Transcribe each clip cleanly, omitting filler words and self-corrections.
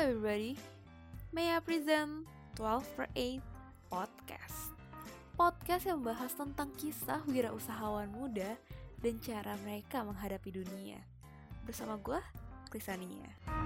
everybody, may I present 12/8 Podcast. Podcast yang membahas tentang kisah wirausahawan muda dan cara mereka menghadapi dunia. Bersama gue, Krisania.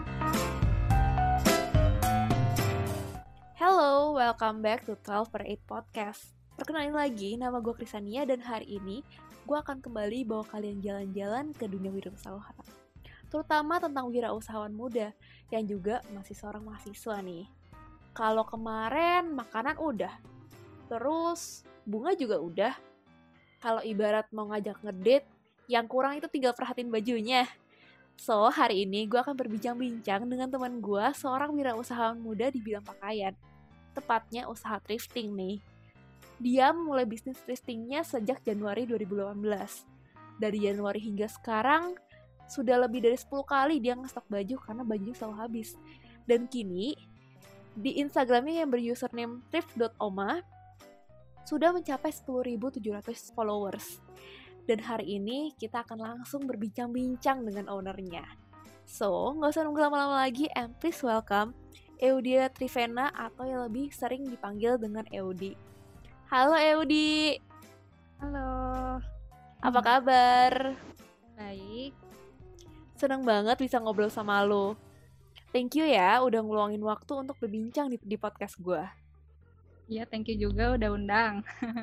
Hello, welcome back to 12/8 Podcast. Perkenalin lagi, nama gue Krisania dan hari ini gue akan kembali bawa kalian jalan-jalan ke dunia wirausaha. Terutama tentang wirausahawan muda yang juga masih seorang mahasiswa nih. Kalau kemarin makanan udah, terus bunga juga udah. Kalau ibarat mau ngajak ngedate, yang kurang itu tinggal perhatiin bajunya. So, hari ini gue akan berbincang-bincang dengan teman gue, seorang wirausahawan muda di bidang pakaian. Tepatnya usaha thrifting nih. Dia memulai bisnis thriftingnya sejak Januari 2018. Dari Januari hingga sekarang, sudah lebih dari 10 kali dia ngestok baju karena bajunya selalu habis. Dan kini, di Instagramnya yang berusername thrift.oma, sudah mencapai 10.700 followers. Dan hari ini kita akan langsung berbincang-bincang dengan ownernya. So, gak usah nunggu lama-lama lagi, and please welcome Eudia Trivena atau yang lebih sering dipanggil dengan Eudi. Halo Eudi. Halo. Apa kabar? Baik. Seneng banget bisa ngobrol sama lo. Thank you ya udah ngeluangin waktu untuk berbincang di podcast gue. Iya, thank you juga udah undang.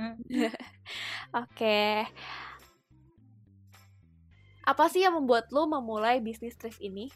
Oke. Apa sih yang membuat lo memulai bisnis thrift ini?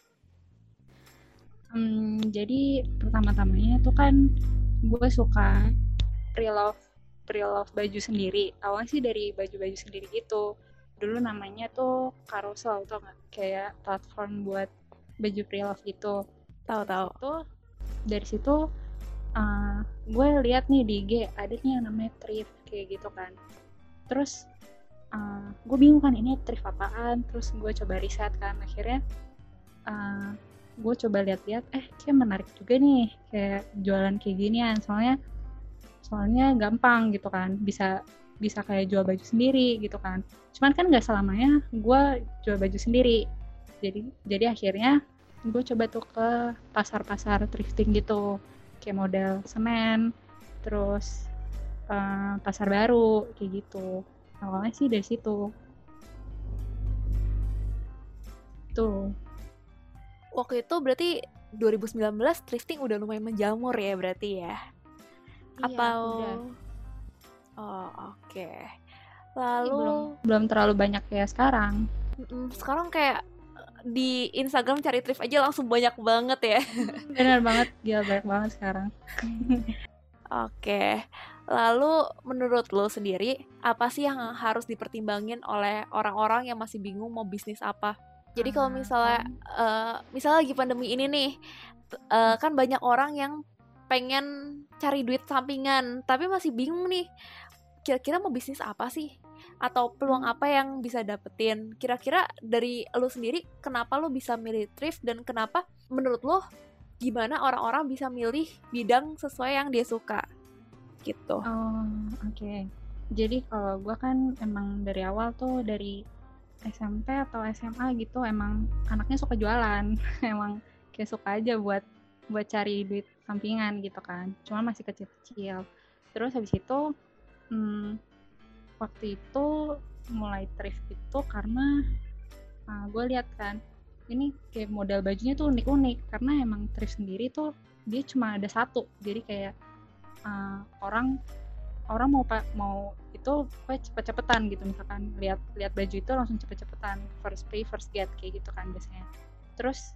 Jadi pertama-tamanya tuh kan gue suka pre-love baju sendiri. Awalnya sih dari baju-baju sendiri gitu. Dulu namanya tuh Carousel, tau gak? Kayak platform buat baju pre-love gitu. Tahu. Dari situ gue lihat nih di IG ada nih yang namanya thrift kayak gitu kan. Terus gue bingung kan ini thrift apaan. Terus gue coba riset kan. Akhirnya gue coba lihat-lihat kayak menarik juga nih kayak jualan kayak ginian. Soalnya gampang gitu kan, bisa kayak jual baju sendiri gitu kan. Cuman kan nggak selamanya gue jual baju sendiri. Jadi akhirnya gue coba tuh ke pasar-pasar thrifting gitu, kayak model Senen, terus pasar baru kayak gitu. Awalnya sih dari situ. Tuh. Waktu itu berarti 2019 thrifting udah lumayan menjamur ya berarti ya? Iya, udah. Oh, oke. Lalu belum terlalu banyak kayak sekarang. Sekarang kayak di Instagram cari thrift aja langsung banyak banget ya. Benar banget, gila banyak banget sekarang. Oke. Lalu menurut lo sendiri, apa sih yang harus dipertimbangin oleh orang-orang yang masih bingung mau bisnis apa? Jadi kalau misalnya lagi pandemi ini nih, kan banyak orang yang pengen cari duit sampingan, tapi masih bingung nih, kira-kira mau bisnis apa sih? Atau peluang apa yang bisa dapetin? Kira-kira dari lo sendiri, kenapa lo bisa milih thrift dan kenapa menurut lo gimana orang-orang bisa milih bidang sesuai yang dia suka? Gitu. Oh, oke. Jadi kalau gue kan emang dari awal tuh dari SMP atau SMA gitu emang anaknya suka jualan. Emang kayak suka aja buat cari duit sampingan gitu kan. Cuma masih kecil-kecil. Terus habis itu waktu itu mulai thrift itu karena gue lihat kan ini kayak model bajunya tuh unik-unik karena emang thrift sendiri tuh dia cuma ada satu. Jadi kayak orang mau itu cepet-cepetan gitu, misalkan lihat baju itu langsung cepet-cepetan, first pay first get kayak gitu kan biasanya. Terus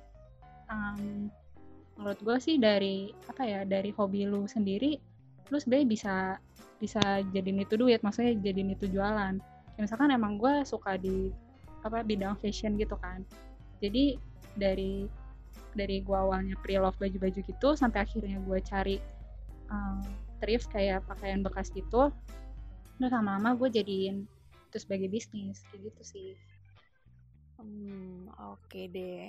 menurut gue sih dari hobi lu sendiri lu sebenarnya bisa jadiin itu duit, maksudnya jadiin itu jualan. Ya, misalkan emang gue suka di bidang fashion gitu kan, jadi dari gue awalnya pre-love baju-baju gitu sampai akhirnya gue cari thrift kayak pakaian bekas gitu, terus lama-lama gue jadiin itu sebagai bisnis kayak gitu sih. Oke deh.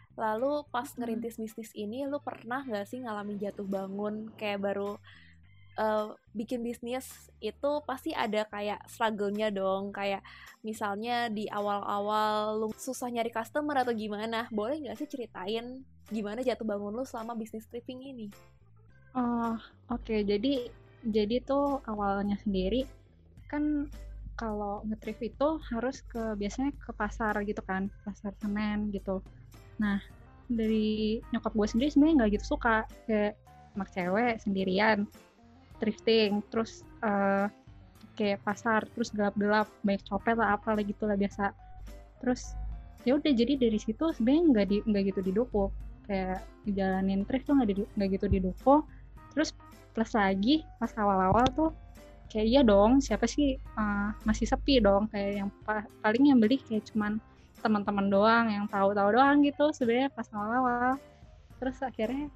Lalu pas ngerintis bisnis ini, lu pernah nggak sih ngalamin jatuh bangun kayak baru bikin bisnis itu pasti ada kayak struggle-nya dong, kayak misalnya di awal-awal lu susah nyari customer atau gimana, boleh nggak sih ceritain gimana jatuh bangun lu selama bisnis thrifting ini? Oh, oke. Jadi tuh awalnya sendiri kan kalau nge-thrift itu harus biasanya ke pasar gitu kan, pasar Senen gitu. Nah, dari nyokap gue sendiri sebenarnya nggak gitu suka kayak anak cewek sendirian thrifting, terus kayak pasar, terus gelap-gelap, banyak copet lah apalah gitu lah biasa. Terus ya udah, jadi dari situ sebenarnya nggak gitu didukung, kayak ngejalanin thrift tuh nggak gitu didukung. Terus plus lagi pas awal-awal tuh kayak iya dong, siapa sih, masih sepi dong, kayak yang paling yang beli kayak cuman teman-teman doang yang tahu-tahu doang gitu sebenarnya pas awal-awal. Terus akhirnya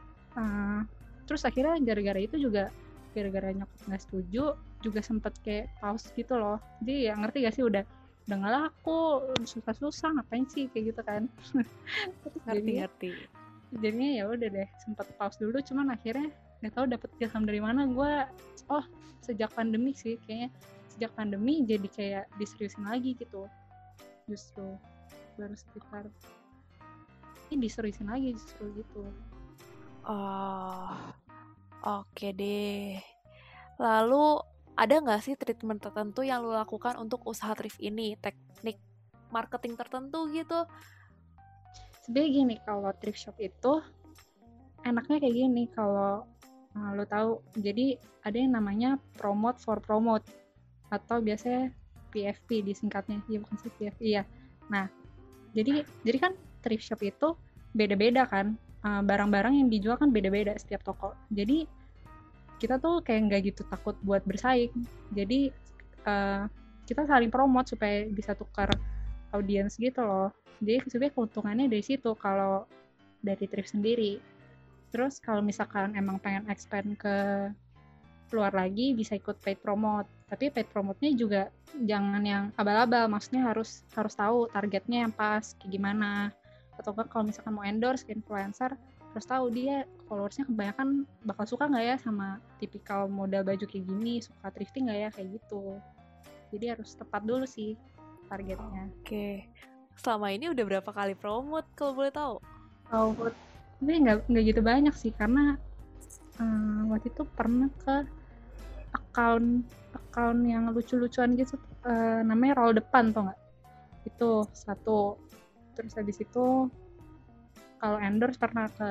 gara-gara itu juga, gara-gara nyokap nggak setuju juga sempet kayak pause gitu loh. Jadi ya ngerti gak sih, udah nggak laku, susah-susah ngapain sih kayak gitu kan. Terus jadinya ya udah deh, sempet pause dulu. Cuman akhirnya nggak tahu dapet ilham dari mana gue, sejak pandemi sih kayaknya, sejak pandemi jadi kayak diseriusin lagi gitu, justru baru sekitar ini diseriusin lagi justru gitu. Oh, oke deh. Lalu ada nggak sih treatment tertentu yang lo lakukan untuk usaha thrift ini? Teknik marketing tertentu gitu? Sebenarnya gini, kalau thrift shop itu enaknya kayak gini, kalau lo tahu, jadi ada yang namanya promote for promote atau biasanya PFP disingkatnya, ya bukan sih PFP ya. Nah, jadi kan thrift shop itu beda-beda kan, barang-barang yang dijual kan beda-beda setiap toko. Jadi kita tuh kayak nggak gitu takut buat bersaing. Jadi kita saling promote supaya bisa tukar audiens gitu loh. Jadi sebenarnya keuntungannya dari situ kalau dari thrift sendiri. Terus kalau misalkan emang pengen expand ke luar lagi, bisa ikut paid promote. Tapi paid promote-nya juga jangan yang abal-abal, maksudnya harus tahu targetnya yang pas kayak gimana. Atau kan kalau misalkan mau endorse ke influencer, harus tahu dia followersnya kebanyakan bakal suka nggak ya sama tipikal model baju kayak gini, suka thrifting nggak ya, kayak gitu. Jadi harus tepat dulu sih targetnya. Oke. Selama ini udah berapa kali promote kalau boleh tahu? Tapi nggak gitu banyak sih, karena waktu itu pernah ke account yang lucu-lucuan gitu, namanya Roll Depan, tau nggak? Itu satu. Terus habis itu kalau endorse pernah ke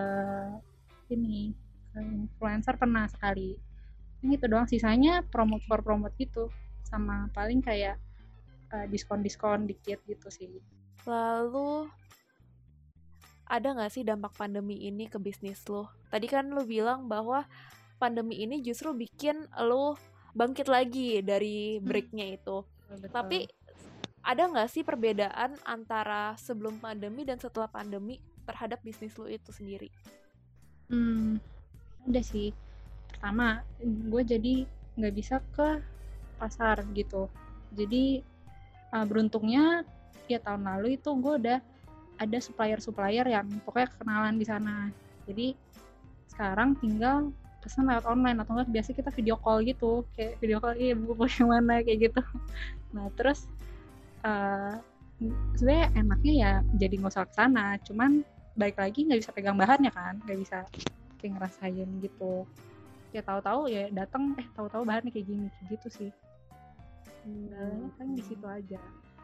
influencer pernah sekali. Ini itu doang, sisanya promote for promote gitu, sama paling kayak diskon dikit gitu sih. Lalu ada nggak sih dampak pandemi ini ke bisnis lo? Tadi kan lo bilang bahwa pandemi ini justru bikin lo bangkit lagi dari breaknya itu. Betul. Tapi ada nggak sih perbedaan antara sebelum pandemi dan setelah pandemi terhadap bisnis lo itu sendiri? Ada sih. Pertama, gue jadi nggak bisa ke pasar gitu. Jadi beruntungnya ya tahun lalu itu gue udah ada supplier yang pokoknya kenalan di sana. Jadi sekarang tinggal pesan lewat online, atau enggak biasa kita video call gitu, kayak video call, iya bu yang mana kayak gitu. Nah terus sebenarnya enaknya ya jadi nggak usah kesana, cuman balik lagi nggak bisa pegang bahannya kan, nggak bisa kayak ngerasain gitu. Ya tahu-tahu ya datang, tahu-tahu bahannya kayak gini, kayak gitu sih. Kan di situ aja.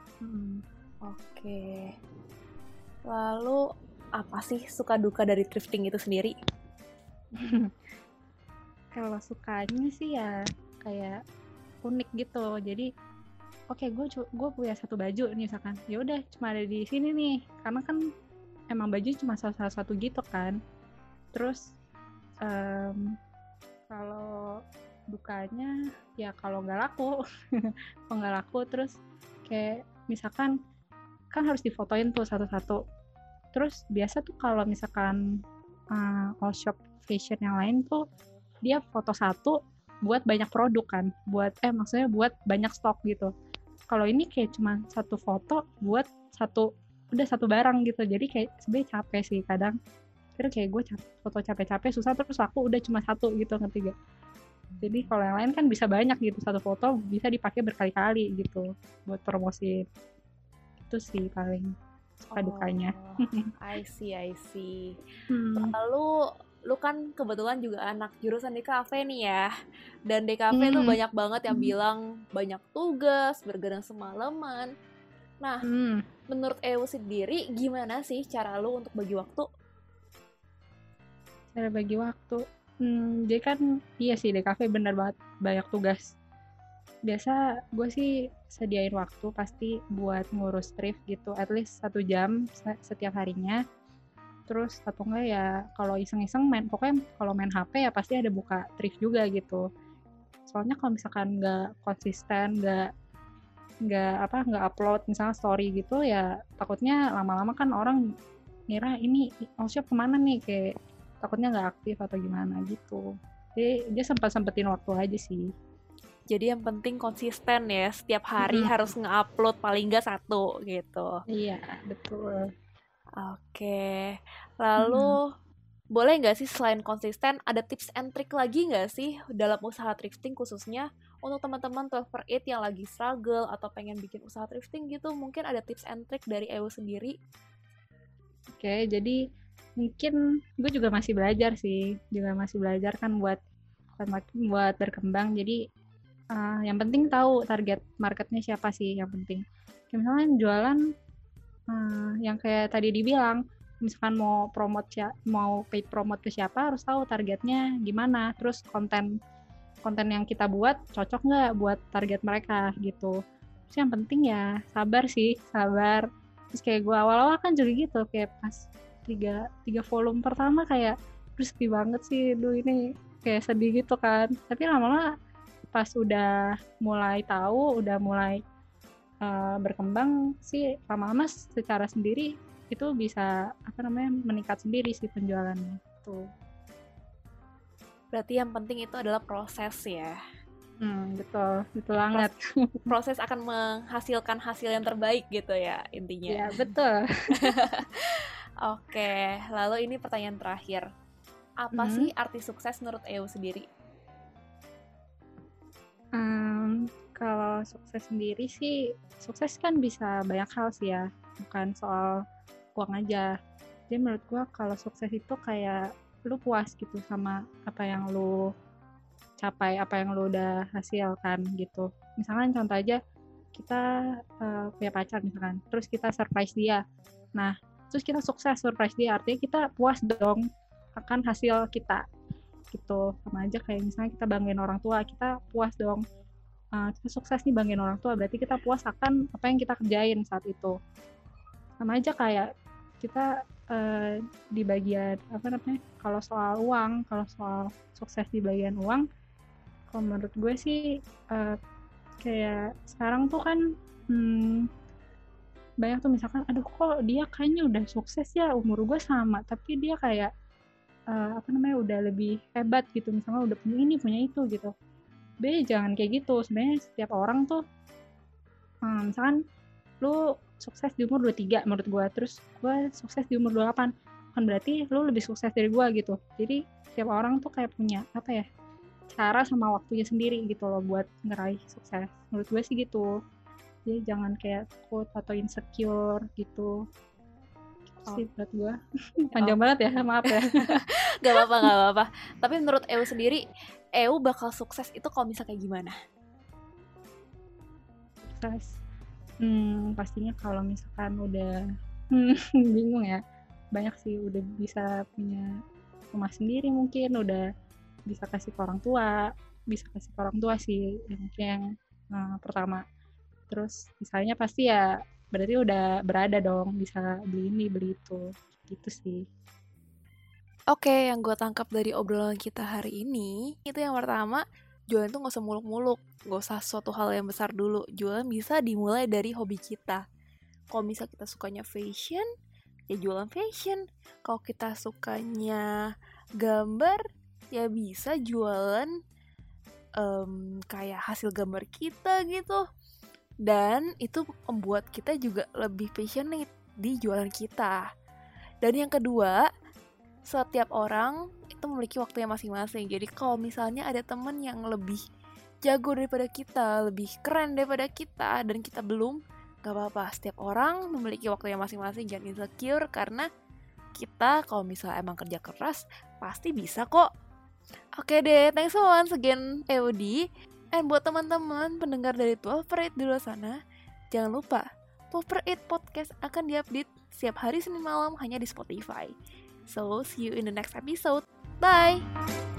Oke. Lalu apa sih suka duka dari thrifting itu sendiri? Kalau sukanya sih ya kayak unik gitu. Jadi gue punya satu baju nih misalkan, ya udah cuma ada di sini nih, karena kan emang baju cuma salah satu gitu kan. Terus kalau dukanya ya kalau nggak laku, terus kayak misalkan kan harus difotoin tuh satu-satu. Terus biasa tuh kalau misalkan all shop fashion yang lain tuh dia foto satu buat banyak produk kan, maksudnya buat banyak stok gitu. Kalau ini kayak cuma satu foto buat satu barang gitu. Jadi kayak sebenarnya capek sih kadang. Kayak gue foto capek-capek susah, terus aku udah cuma satu gitu, ngerti gak? Jadi kalau yang lain kan bisa banyak gitu, satu foto bisa dipakai berkali-kali gitu buat promosi. Itu sih paling suka dukanya. I see. Hmm. Lalu lu kan kebetulan juga anak jurusan DKV nih ya. Dan DKV tuh Hmm. banyak banget yang bilang banyak tugas, bergadang semalaman. Nah, menurut Ewu sendiri gimana sih cara lu untuk bagi waktu? Cara bagi waktu. Jadi kan iya sih DKV bener banget banyak tugas. Biasa gue sih sediain waktu pasti buat ngurus thrift gitu, at least 1 jam setiap harinya. Terus atau enggak ya kalau iseng-iseng pokoknya kalau main HP ya pasti ada buka thrift juga gitu. Soalnya kalau misalkan nggak konsisten, nggak upload misalnya story gitu ya takutnya lama-lama kan orang ngira ini Allshop kemana nih, kayak takutnya nggak aktif atau gimana gitu. Jadi dia sempetin waktu aja sih. Jadi yang penting konsisten ya, setiap hari harus nge-upload paling nggak 1 gitu. Iya, betul. Oke, lalu boleh nggak sih selain konsisten ada tips and trick lagi nggak sih dalam usaha thrifting khususnya untuk teman-teman 12/8 yang lagi struggle atau pengen bikin usaha thrifting gitu, mungkin ada tips and trick dari Ewo sendiri? Oke, jadi mungkin gue juga masih belajar kan buat berkembang. Jadi yang penting tahu target marketnya siapa sih yang penting. Kayak misalnya jualan yang kayak tadi dibilang, misalkan mau paid promote ke siapa harus tahu targetnya gimana, terus konten yang kita buat cocok nggak buat target mereka gitu. Terus yang penting ya sabar. Terus kayak gue awal-awal kan juga gitu, kayak pas tiga volume pertama kayak sepi banget sih, ini kayak sedih gitu kan. Tapi lama-lama pas udah mulai tahu, udah mulai berkembang sih, lama-lama secara sendiri itu bisa meningkat sendiri sih penjualannya tuh. Berarti yang penting itu adalah proses ya. Betul banget. Proses akan menghasilkan hasil yang terbaik gitu ya intinya. Ya betul. Oke, lalu ini pertanyaan terakhir. Apa sih arti sukses menurut Ewo sendiri? Kalau sukses sendiri sih, sukses kan bisa banyak hal sih ya, bukan soal uang aja. Jadi menurut gue kalau sukses itu kayak lu puas gitu sama apa yang lu capai, apa yang lu udah hasilkan gitu. Misalkan contoh aja, kita punya pacar misalkan, terus kita surprise dia. Nah, terus kita sukses surprise dia, artinya kita puas dong akan hasil kita gitu. Sama aja kayak misalnya kita banggain orang tua, kita puas dong. Kita sukses nih banggain orang tua, berarti kita puas akan apa yang kita kerjain saat itu. Sama aja kayak kita di bagian kalau soal uang, kalau soal sukses di bagian uang, kalau menurut gue sih kayak sekarang tuh kan banyak tuh misalkan, aduh kok dia kayaknya udah sukses ya, umur gue sama, tapi dia kayak udah lebih hebat gitu, misalnya udah punya ini punya itu gitu. Jangan kayak gitu. Sebenarnya setiap orang tuh misalkan lu sukses di umur 23 menurut gue, terus gue sukses di umur 28, kan berarti lu lebih sukses dari gue gitu. Jadi setiap orang tuh kayak punya cara sama waktunya sendiri gitu loh buat ngeraih sukses. Menurut gue sih gitu. Jadi jangan kayak takut atau insecure gitu. Sih buat gue. Panjang banget ya, maaf ya. Gak apa-apa. Tapi menurut Ewo sendiri, Ewo bakal sukses itu kalau misalnya kayak gimana? Sukses pastinya kalau misalkan udah bingung ya, banyak sih, udah bisa punya rumah sendiri, mungkin udah bisa kasih ke orang tua sih yang pertama. Terus misalnya pasti ya berarti udah berada dong, bisa beli ini beli itu gitu sih. Oke, yang gue tangkap dari obrolan kita hari ini itu yang pertama, jualan tuh gak usah muluk-muluk, gak usah suatu hal yang besar dulu. Jualan bisa dimulai dari hobi kita. Kalau misalnya kita sukanya fashion, ya jualan fashion. Kalau kita sukanya gambar, ya bisa jualan kayak hasil gambar kita gitu. Dan itu membuat kita juga lebih passionate di jualan kita. Dan yang kedua, setiap orang kita memiliki waktunya masing-masing. Jadi kalau misalnya ada temen yang lebih jago daripada kita, lebih keren daripada kita, dan kita belum, gak apa-apa. Setiap orang memiliki waktunya masing-masing, jangan insecure, karena kita kalau misalnya emang kerja keras, pasti bisa kok. Oke deh, thanks so once again EOD. And buat teman-teman pendengar dari 12 per 8 di luar sana, jangan lupa 12 per 8 podcast akan diupdate setiap hari Senin malam hanya di Spotify. So, see you in the next episode. Bye!